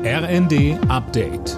RND Update.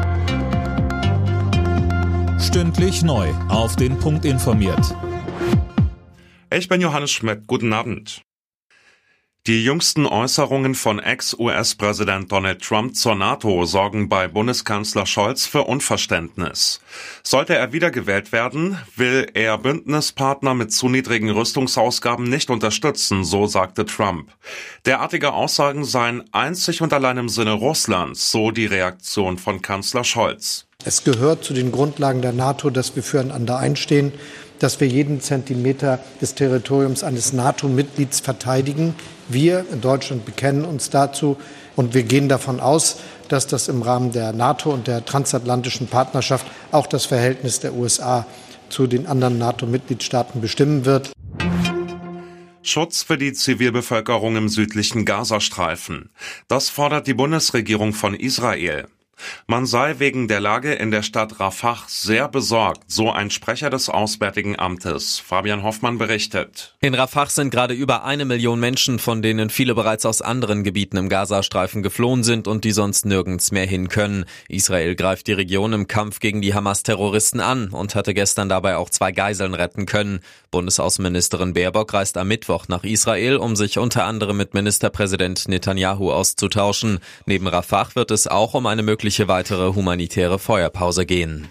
Stündlich neu auf den Punkt informiert. Ich bin Johannes Schmidt. Guten Abend. Die jüngsten Äußerungen von Ex-US-Präsident Donald Trump zur NATO sorgen bei Bundeskanzler Scholz für Unverständnis. Sollte er wiedergewählt werden, will er Bündnispartner mit zu niedrigen Rüstungsausgaben nicht unterstützen, so sagte Trump. Derartige Aussagen seien einzig und allein im Sinne Russlands, so die Reaktion von Kanzler Scholz. Es gehört zu den Grundlagen der NATO, dass wir füreinander einstehen, dass wir jeden Zentimeter des Territoriums eines NATO-Mitglieds verteidigen. Wir in Deutschland bekennen uns dazu und wir gehen davon aus, dass das im Rahmen der NATO und der transatlantischen Partnerschaft auch das Verhältnis der USA zu den anderen NATO-Mitgliedstaaten bestimmen wird. Schutz für die Zivilbevölkerung im südlichen Gazastreifen. Das fordert die Bundesregierung von Israel. Man sei wegen der Lage in der Stadt Rafah sehr besorgt, so ein Sprecher des Auswärtigen Amtes. Fabian Hoffmann berichtet. In Rafah sind gerade über 1 Million Menschen, von denen viele bereits aus anderen Gebieten im Gazastreifen geflohen sind und die sonst nirgends mehr hin können. Israel greift die Region im Kampf gegen die Hamas-Terroristen an und hatte gestern dabei auch 2 Geiseln retten können. Bundesaußenministerin Baerbock reist am Mittwoch nach Israel, um sich unter anderem mit Ministerpräsident Netanyahu auszutauschen. Neben Rafah wird es auch um eine mögliche weitere humanitäre Feuerpause gehen.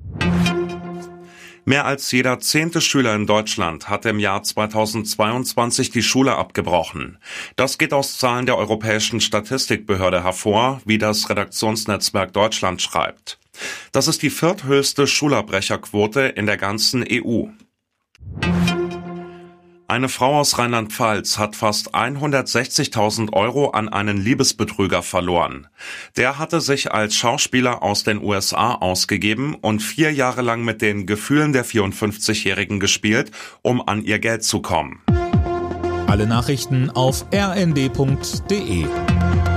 Mehr als jeder 10. Schüler in Deutschland hat im Jahr 2022 die Schule abgebrochen. Das geht aus Zahlen der Europäischen Statistikbehörde hervor, wie das Redaktionsnetzwerk Deutschland schreibt. Das ist die vierthöchste Schulabbrecherquote in der ganzen EU. Eine Frau aus Rheinland-Pfalz hat fast 160.000 € an einen Liebesbetrüger verloren. Der hatte sich als Schauspieler aus den USA ausgegeben und 4 Jahre lang mit den Gefühlen der 54-Jährigen gespielt, um an ihr Geld zu kommen. Alle Nachrichten auf rnd.de.